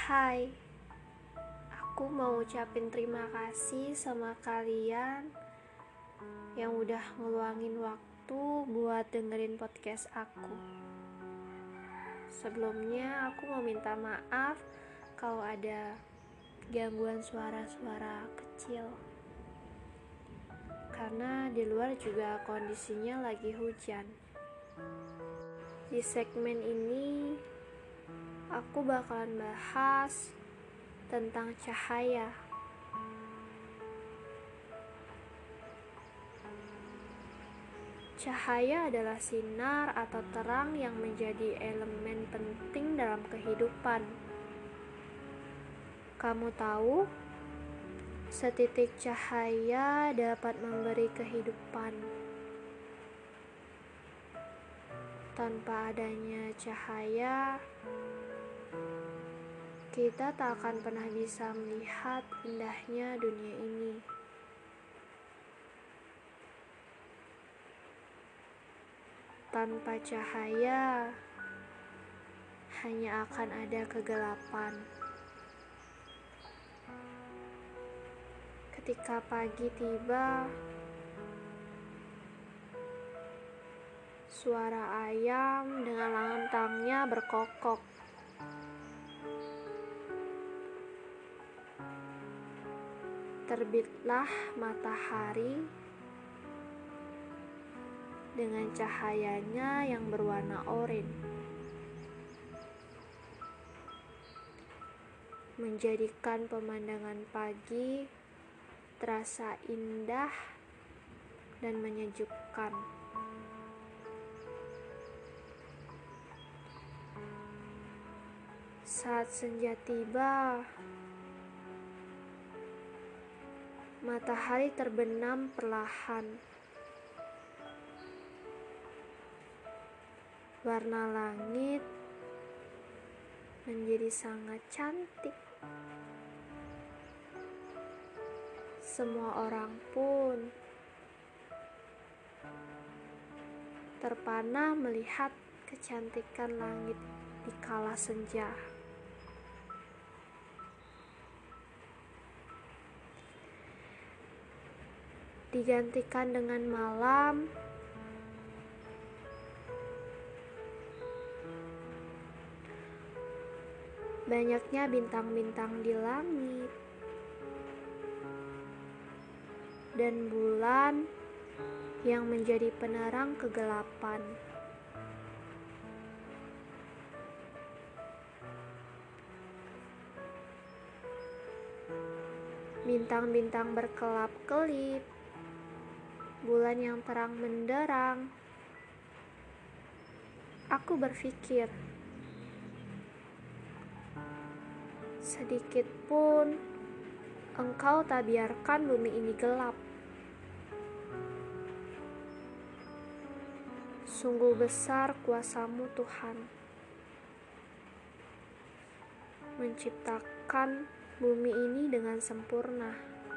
Hai, aku mau ucapin terima kasih sama kalian yang udah ngeluangin waktu buat dengerin podcast aku. Sebelumnya aku mau minta maaf kalau ada gangguan suara-suara kecil. Karena di luar juga kondisinya lagi hujan. Di segmen ini aku bakalan bahas tentang cahaya. Cahaya adalah sinar atau terang yang menjadi elemen penting dalam kehidupan. Kamu tahu, setitik cahaya dapat memberi kehidupan. Tanpa adanya cahaya, kita tak akan pernah bisa melihat indahnya dunia ini. Tanpa cahaya, hanya akan ada kegelapan. Ketika pagi tiba, suara ayam dengan lantangnya berkokok. Terbitlah matahari dengan cahayanya yang berwarna oranye, menjadikan pemandangan pagi terasa indah dan menyejukkan. Saat senja tiba, matahari terbenam perlahan. Warna langit menjadi sangat cantik. Semua orang pun terpana melihat kecantikan langit di kala senja. Digantikan dengan malam, banyaknya bintang-bintang di langit dan bulan yang menjadi penerang kegelapan. Bintang-bintang berkelap-kelip, bulan yang terang menderang. Aku berpikir, sedikit pun Engkau tak biarkan bumi ini gelap. Sungguh besar kuasa-Mu, Tuhan, menciptakan bumi ini dengan sempurna.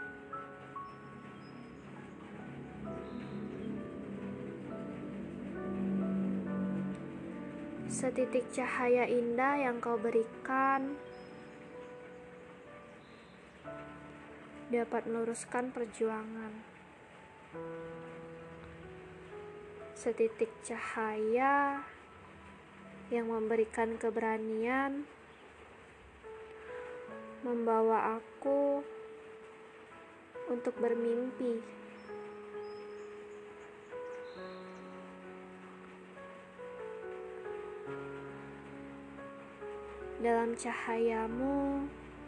Setitik cahaya indah yang Kau berikan dapat meluruskan perjuangan. Setitik cahaya yang memberikan keberanian membawa aku untuk bermimpi. Dalam cahaya-Mu,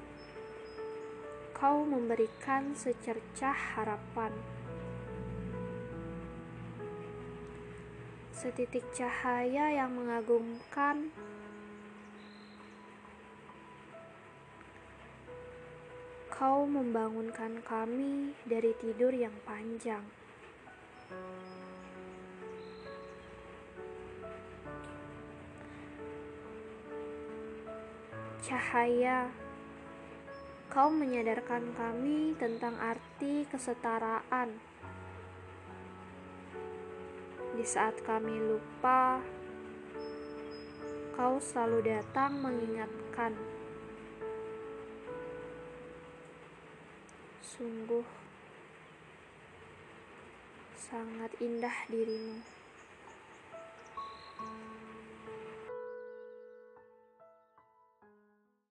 Kau memberikan secercah harapan. Setitik cahaya yang mengagumkan, Kau membangunkan kami dari tidur yang panjang. Cahaya, Kau menyadarkan kami tentang arti kesetaraan. Di saat kami lupa, Kau selalu datang mengingatkan. Sungguh sangat indah dirimu.